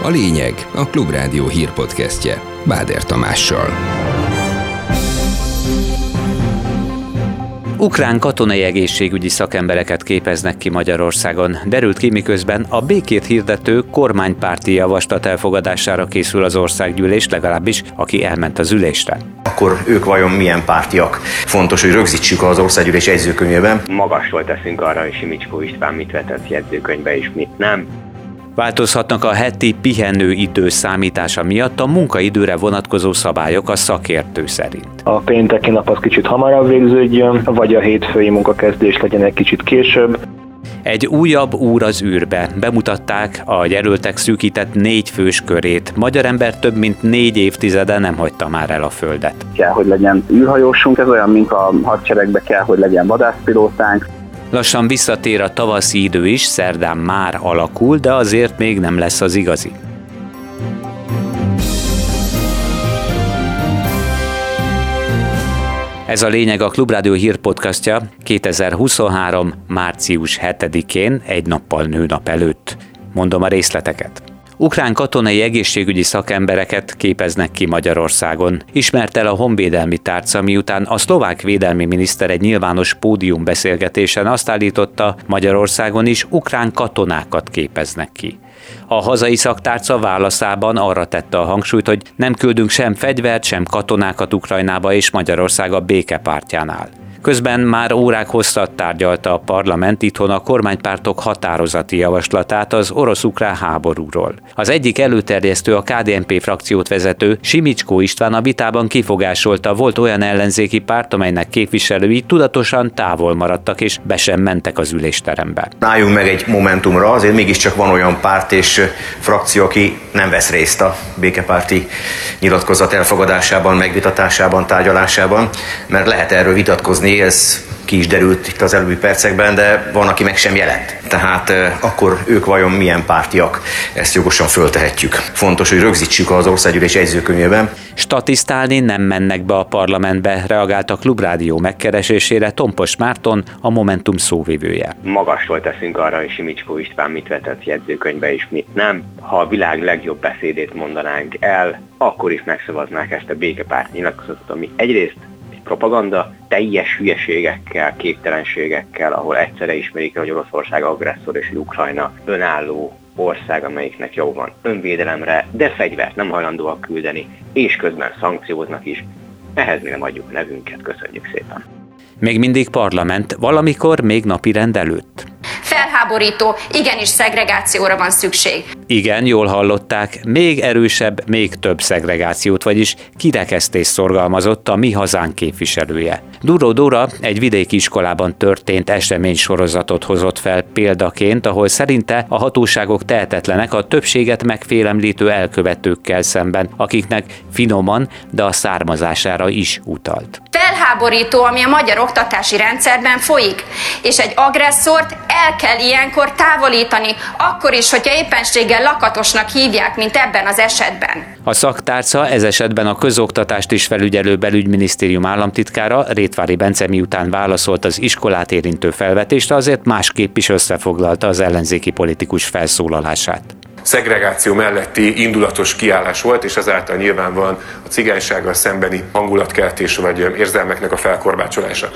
A lényeg a Klubrádió hírpodcastje Báder Tamással. Ukrán katonai egészségügyi szakembereket képeznek ki Magyarországon. Derült ki, miközben a békét hirdető kormánypárti javaslat elfogadására készül az országgyűlés, legalábbis aki elment az ülésre. Akkor ők vajon milyen pártiak? Fontos, hogy rögzítsük az országgyűlés jegyzőkönyvében. Magasról teszünk arra, hogy Simicskó István mit vetett jegyzőkönyvbe és mit nem. Változhatnak a heti pihenőidő számítása miatt a munkaidőre vonatkozó szabályok a szakértő szerint. A pénteki nap az kicsit hamarabb végződjön, vagy a hétfői munkakezdés legyen egy kicsit később. Egy újabb úr az űrbe. Bemutatták a jelöltek szűkített 4 fős körét. Magyar ember több mint 4 évtizede nem hagyta már el a Földet. Kell, hogy legyen űrhajósunk, ez olyan, mint a hadseregbe kell, hogy legyen vadászpilótánk. Lassan visszatér a tavaszi idő is, szerdán már alakul, de azért még nem lesz az igazi. Ez a lényeg a Klubrádió hírpodcastja 2023. március 7-én, egy nappal nőnap előtt. Mondom a részleteket. Ukrán katonai egészségügyi szakembereket képeznek ki Magyarországon. Ismert el a honvédelmi tárca, miután a szlovák védelmi miniszter egy nyilvános pódiumbeszélgetésen azt állította, Magyarországon is ukrán katonákat képeznek ki. A hazai szaktárca válaszában arra tette a hangsúlyt, hogy nem küldünk sem fegyvert, sem katonákat Ukrajnába, és Magyarország a békepártjánál. Közben már órák hosszat tárgyalta a parlament itthon a kormánypártok határozati javaslatát az orosz-ukrán háborúról. Az egyik előterjesztő, a KDNP frakciót vezető Simicskó István a vitában kifogásolta, volt olyan ellenzéki párt, amelynek képviselői tudatosan távol maradtak és be sem mentek az ülésterembe. Álljunk meg egy momentumra, azért mégiscsak van olyan párt és frakció, aki nem vesz részt a békepárti nyilatkozat elfogadásában, megvitatásában, tárgyalásában, mert lehet erről vitatkozni, ez ki is derült itt az előbbi percekben, de van, aki meg sem jelent. Tehát akkor ők vajon milyen pártiak? Ezt jogosan föltehetjük. Fontos, hogy rögzítsük az országgyűlés jegyzőkönyvében. Statisztálni nem mennek be a parlamentbe, reagált a Klubrádió megkeresésére Tompos Márton, a Momentum szóvivője. Magasról teszünk arra, hogy Simicskó István mit vetett jegyzőkönyvbe és mit nem. Ha a világ legjobb beszédét mondanánk el, akkor is megszavaznák ezt a békepárt nyilatkozatot, ami egyrészt propaganda, teljes hülyeségekkel, képtelenségekkel, ahol egyszerre ismerik el, hogy Oroszország agresszor és Ukrajna önálló ország, amelyiknek jó van önvédelemre, de fegyvert nem hajlandóak küldeni, és közben szankcióznak is. Ehhez mi nem adjuk nevünket, köszönjük szépen. Még mindig parlament, valamikor még napirend előtt. Felháborító, igenis szegregációra van szükség. Igen, jól hallották, még erősebb, még több szegregációt, vagyis kirekesztést szorgalmazott a Mi Hazánk képviselője. Duró Dóra egy vidéki iskolában történt eseménysorozatot hozott fel példaként, ahol szerinte a hatóságok tehetetlenek a többséget megfélemlítő elkövetőkkel szemben, akiknek finoman, de a származására is utalt. Felháborító, ami a magyar oktatási rendszerben folyik, és egy agresszort el kell ilyenkor távolítani, akkor is, hogyha éppenséggel lakatosnak hívják, mint ebben az esetben. A szaktárca ez esetben a közoktatást is felügyelő belügyminisztérium államtitkára, Rétvári Bence miután válaszolt az iskolát érintő felvetésre, azért másképp is összefoglalta az ellenzéki politikus felszólalását. Szegregáció melletti indulatos kiállás volt, és ezáltal nyilvánvalóan a cigánysággal szembeni hangulatkeltés vagy érzelmeknek a felkorbácsolása.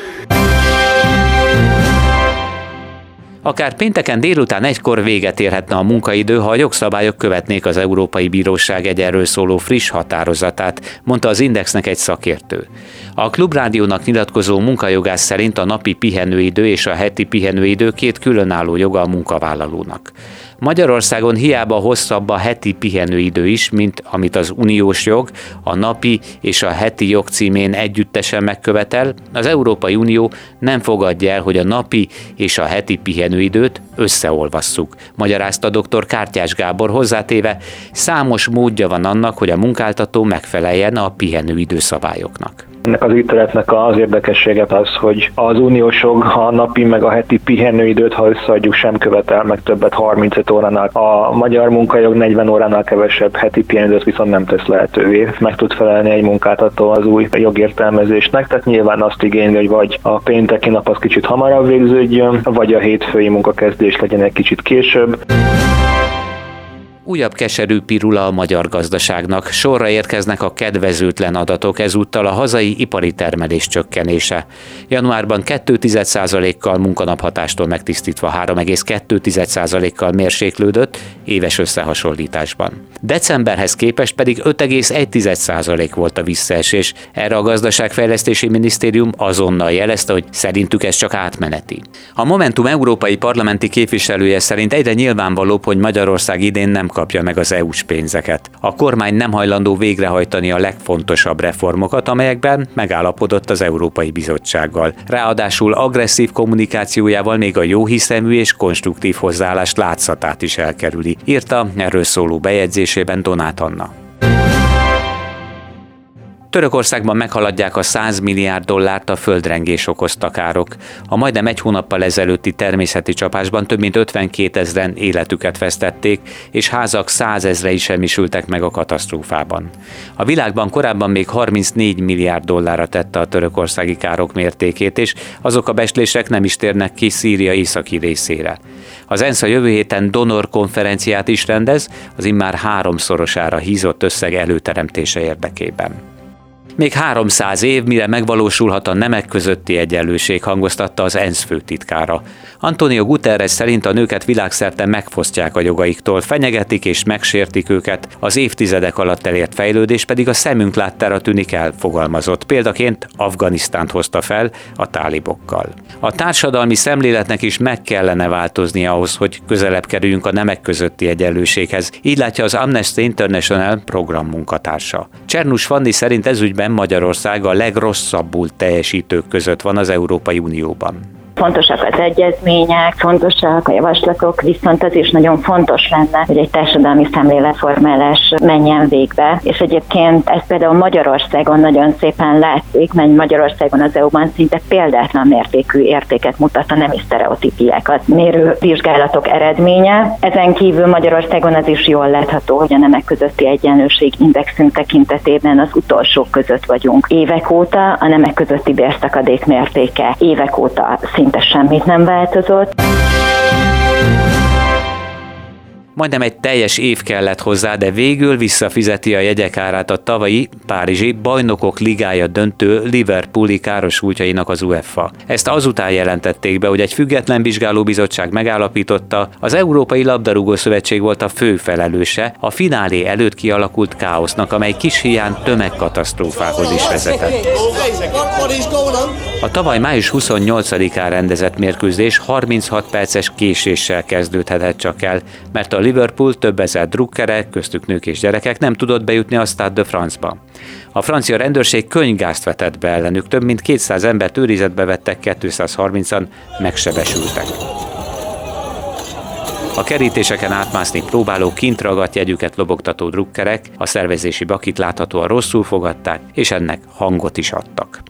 Akár pénteken délután 1-kor véget érhetne a munkaidő, ha a jogszabályok követnék az Európai Bíróság egy erről szóló friss határozatát, mondta az Indexnek egy szakértő. A Klubrádiónak nyilatkozó munkajogász szerint a napi pihenőidő és a heti pihenőidő 2 különálló joga a munkavállalónak. Magyarországon hiába hosszabb a heti pihenőidő is, mint amit az uniós jog a napi és a heti jog címén együttesen megkövetel, az Európai Unió nem fogadja el, hogy a napi és a heti pihenőidőt összeolvasszuk, magyarázta dr. Kártyás Gábor, hozzátéve, számos módja van annak, hogy a munkáltató megfeleljen a pihenőidő szabályoknak. Ennek az ítéletnek az érdekessége az, hogy az uniós jog a napi meg a heti pihenőidőt, ha összeadjuk, sem követel meg többet 35 óránál. A magyar munkajog 40 óránál kevesebb heti pihenőidőt viszont nem tesz lehetővé. Meg tud felelni egy munkáltató az új jogértelmezésnek, tehát nyilván azt igényli, hogy vagy a pénteki nap az kicsit hamarabb végződjön, vagy a hétfői munkakezdés legyen egy kicsit később. Újabb keserű pirula a magyar gazdaságnak. Sorra érkeznek a kedvezőtlen adatok, ezúttal a hazai ipari termelés csökkenése. Januárban 2,1%-kal munkanaphatástól megtisztítva 3,2%-kal mérséklődött éves összehasonlításban. Decemberhez képest pedig 5,1% volt a visszaesés. Erre a Gazdaságfejlesztési Minisztérium azonnal jelezte, hogy szerintük ez csak átmeneti. A Momentum európai parlamenti képviselője szerint egyre nyilvánvalóbb, hogy Magyarország idén nem kapja meg az EU-s pénzeket. A kormány nem hajlandó végrehajtani a legfontosabb reformokat, amelyekben megállapodott az Európai Bizottsággal. Ráadásul agresszív kommunikációjával még a jóhiszemű és konstruktív hozzáállás látszatát is elkerüli, írta erről szóló bejegyzésében Donát Anna. Törökországban meghaladják a 100 milliárd dollárt a földrengés okozta károk. A majdnem egy hónappal ezelőtti természeti csapásban több mint 52 000 életüket vesztették, és házak 100 000-ei semmisültek meg a katasztrófában. A világban korábban még 34 milliárd dollárra tette a törökországi károk mértékét, és azok a becslések nem is térnek ki Szíria északi részére. Az ENSZ a jövő héten donor konferenciát is rendez, az immár 3-szorosára hízott összeg előteremtése érdekében. Még 300 év, mire megvalósulhat a nemek közötti egyenlőség, hangoztatta az ENSZ főtitkára. Antonio Guterres szerint a nőket világszerte megfosztják a jogaiktól, fenyegetik és megsértik őket, az évtizedek alatt elért fejlődés pedig a szemünk láttára tűnik el, fogalmazott. Példaként Afganisztánt hozta fel a tálibokkal. A társadalmi szemléletnek is meg kellene változni ahhoz, hogy közelebb kerüljünk a nemek közötti egyenlőséghez. Így látja az Amnesty International programmunkatársa. Csernus Fanni szerint ezügyben Magyarország a legrosszabbul teljesítők között van az Európai Unióban. Fontosak az egyezmények, fontosak a javaslatok, viszont az is nagyon fontos lenne, hogy egy társadalmi szemléletformálás menjen végbe. És egyébként ez például Magyarországon nagyon szépen látszik, mert Magyarországon az EU-ban szinte példátlan mértékű értéket mutat a nemi sztereotípiákat mérő vizsgálatok eredménye. Ezen kívül Magyarországon az is jól látható, hogy a nemek közötti egyenlőség indexünk tekintetében az utolsók között vagyunk. Évek óta a nemek közötti bérszakadék mértéke évek óta szinte semmit nem változott. Majdnem egy teljes év kellett hozzá, de végül visszafizeti a jegyek árát a tavalyi párizsi Bajnokok Ligája döntő Liverpooli károsultjainak az UEFA. Ezt azután jelentették be, hogy egy független vizsgálóbizottság megállapította, az Európai Labdarúgó Szövetség volt a fő felelőse a finálé előtt kialakult káosznak, amely kis hiány tömegkatasztrófához is vezetett. A tavaly május 28-án rendezett mérkőzés 36 perces késéssel kezdődhetett csak el, mert a Liverpool több ezer drukkerek, köztük nők és gyerekek nem tudott bejutni a Stade de France-ba. A francia rendőrség könnygázt vetett be ellenük, több mint 200 embert őrizetbe vettek, 230-an megsebesültek. A kerítéseken átmászni próbáló kint ragadt jegyüket lobogtató drukkerek a szervezési bakit láthatóan rosszul fogadták, és ennek hangot is adtak.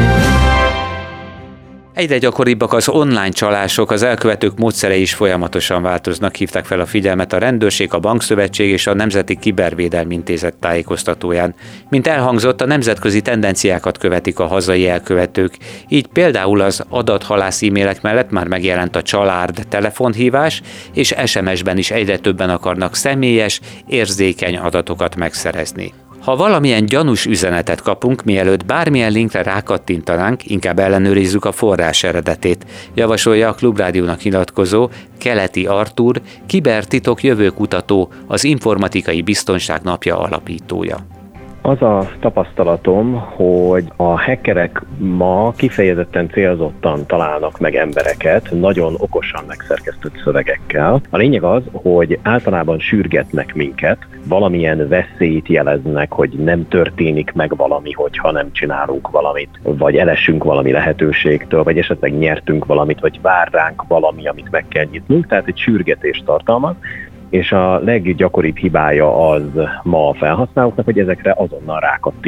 Egyre gyakoribbak az online csalások, az elkövetők módszerei is folyamatosan változnak, hívták fel a figyelmet a rendőrség, a bankszövetség és a Nemzeti Kibervédelmi Intézet tájékoztatóján. Mint elhangzott, a nemzetközi tendenciákat követik a hazai elkövetők, így például az adathalász e-mailek mellett már megjelent a csalárd telefonhívás, és SMS-ben is egyre többen akarnak személyes, érzékeny adatokat megszerezni. Ha valamilyen gyanús üzenetet kapunk, mielőtt bármilyen linkre rákattintanánk, inkább ellenőrizzük a forrás eredetét, javasolja a Klubrádiónak nyilatkozó Keleti Artúr, kibertitok jövőkutató, az Informatikai Biztonság Napja alapítója. Az a tapasztalatom, hogy a hackerek ma kifejezetten célzottan találnak meg embereket, nagyon okosan megszerkesztett szövegekkel. A lényeg az, hogy általában sürgetnek minket, valamilyen veszélyt jeleznek, hogy nem történik meg valami, hogyha nem csinálunk valamit, vagy elesünk valami lehetőségtől, vagy esetleg nyertünk valamit, vagy vár ránk valami, amit meg kell nyitnunk, tehát egy sürgetést tartalmaz. És a leggyakoribb hibája az ma a felhasználóknak, hogy ezekre azonnal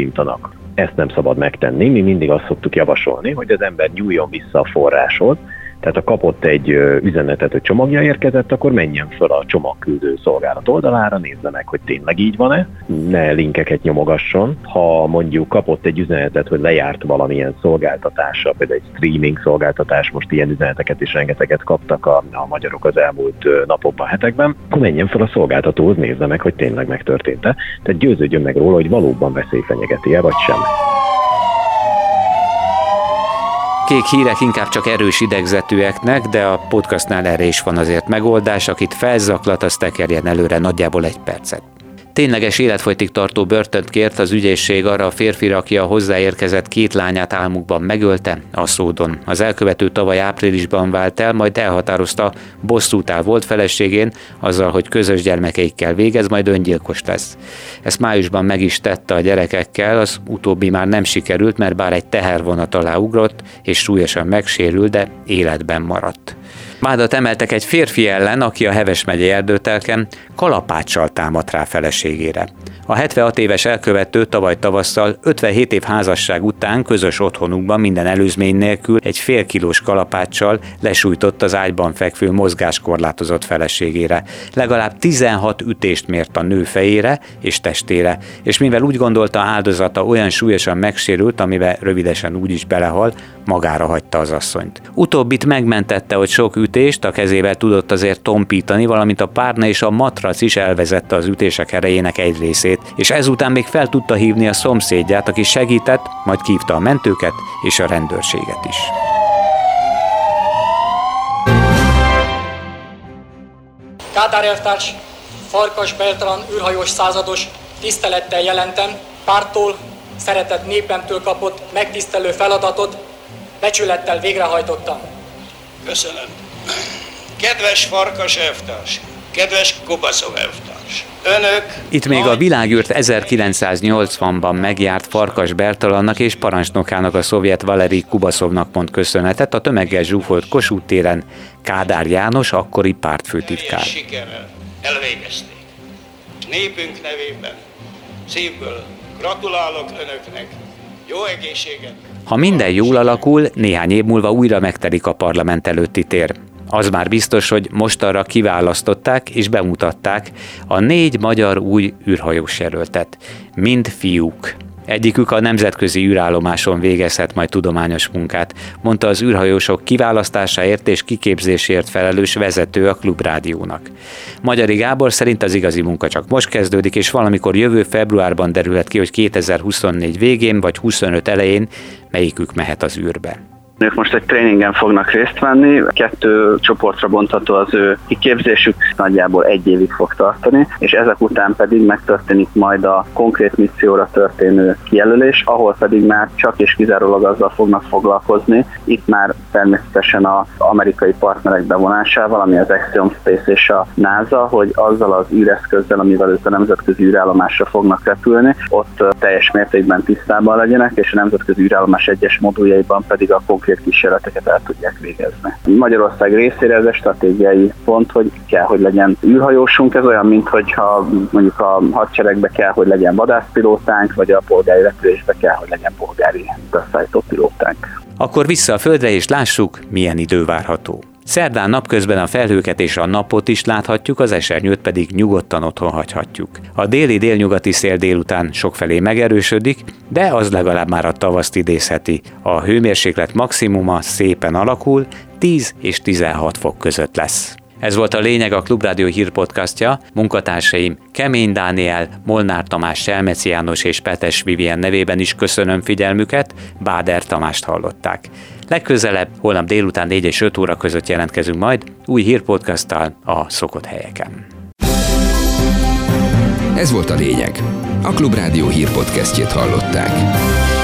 rákattintanak. Ezt nem szabad megtenni, mi mindig azt szoktuk javasolni, hogy az ember nyúljon vissza a forráshoz, Tehát ha kapott egy üzenetet, hogy csomagja érkezett, akkor menjen föl a csomagküldő szolgálat oldalára, nézze meg, hogy tényleg így van-e, ne linkeket nyomogasson. Ha mondjuk kapott egy üzenetet, hogy lejárt valamilyen szolgáltatása, például egy streaming szolgáltatás, most ilyen üzeneteket is rengeteget kaptak a magyarok az elmúlt napokban, hetekben, akkor menjen fel a szolgáltatóhoz, nézze meg, hogy tényleg megtörtént-e. Tehát győződjön meg róla, hogy valóban veszély fenyegeti-e, vagy sem. Kék hírek inkább csak erős idegzetűeknek, de a podcastnál erre is van azért megoldás, akit felzaklat, az tekerjen előre nagyjából 1 percet. Tényleges életfogytig tartó börtönt kért az ügyészség arra a férfira, aki a hozzáérkezett 2 lányát álmukban megölte, Aszódon. Az elkövető tavaly áprilisban vált el, majd elhatározta, bosszút áll volt feleségén, azzal, hogy közös gyermekeikkel végez, majd öngyilkos lesz. Ezt májusban meg is tette a gyerekekkel, az utóbbi már nem sikerült, mert bár egy tehervonat alá ugrott, és súlyosan megsérült, de életben maradt. Vádat emeltek egy férfi ellen, aki a Heves megyei Erdőtelken kalapáccsal támadt rá feleségére. A 76 éves elkövető tavaly tavasszal 57 év házasság után közös otthonukban minden előzmény nélkül egy fél kilós kalapáccsal lesújtott az ágyban fekvő mozgáskorlátozott feleségére. Legalább 16 ütést mért a nő fejére és testére, és mivel úgy gondolta, áldozata olyan súlyosan megsérült, amiben rövidesen úgy is belehal, magára hagyta az asszonyt. Utóbbit megmentette, hogy sok ütést a kezével tudott azért tompítani, valamint a párna és a matrac is elvezette az ütések erejének egy részét, és ezután még fel tudta hívni a szomszédját, aki segített, majd hívta a mentőket és a rendőrséget is. Kádár elvtárs, Farkas Bertalan űrhajós százados, tisztelettel jelentem, párttól, szeretett népemtől kapott megtisztelő feladatot becsülettel végrehajtottam. Köszönöm. Kedves Farkas elvtárs, kedves Kubaszov elvtárs, önök... Itt még a világűrt 1980-ban megjárt Farkas Bertalannak és parancsnokának, a szovjet Valerij Kubaszovnak mond köszönetet a tömeggel zsúfolt Kossuth téren Kádár János, akkori pártfőtitkár. Sikerrel elvégezték. Népünk nevében szívből gratulálok önöknek. Jó egészséget! Ha minden jól alakul, néhány év múlva újra megtelik a parlament előtti tér. Az már biztos, hogy mostanra kiválasztották és bemutatták a 4 magyar új űrhajós jelöltet. Mind fiúk. Egyikük a nemzetközi űrállomáson végezhet majd tudományos munkát, mondta az űrhajósok kiválasztásáért és kiképzésért felelős vezető a Klubrádiónak. Magyari Gábor szerint az igazi munka csak most kezdődik, és valamikor jövő februárban derülhet ki, hogy 2024 végén vagy 25 elején melyikük mehet az űrbe. Ők most egy tréningen fognak részt venni, 2 csoportra bontható az ő kiképzésük, nagyjából 1 évig fog tartani, és ezek után pedig megtörténik majd a konkrét misszióra történő kijelölés, ahol pedig már csak és kizárólag azzal fognak foglalkozni, itt már természetesen az amerikai partnerek bevonásával, ami az Axiom Space és a NASA, hogy azzal az űreszközzel, amivel ők a nemzetközi űrállomásra fognak repülni, ott teljes mértékben tisztában legyenek, és a nemzetközi űrállomás egyes moduljaiban pedig a konkrét kísérleteket el tudják végezni. Magyarország részére ez a stratégiai pont, hogy kell, hogy legyen űrhajósunk, ez olyan, mintha mondjuk a hadseregbe kell, hogy legyen vadászpilótánk, vagy a polgári repülésbe kell, hogy legyen polgári beszállító pilótánk. Akkor vissza a földre, és lássuk, milyen idő várható. Szerdán napközben a felhőket és a napot is láthatjuk, az esernyőt pedig nyugodtan otthon hagyhatjuk. A déli-délnyugati szél délután sokfelé megerősödik, de az legalább már a tavaszt idézheti. A hőmérséklet maximuma szépen alakul, 10 és 16 fok között lesz. Ez volt a lényeg, a Klubrádió hírpodcastja. Munkatársaim Kemény Dániel, Molnár Tamás, Selmeci János és Petes Vivien nevében is köszönöm figyelmüket, Báder Tamást hallották. Legközelebb, holnap délután 4 és 5 óra között jelentkezünk majd új hírpodcasttal a szokott helyeken. Ez volt a lényeg. A Klubrádió hírpodcastjét hallották.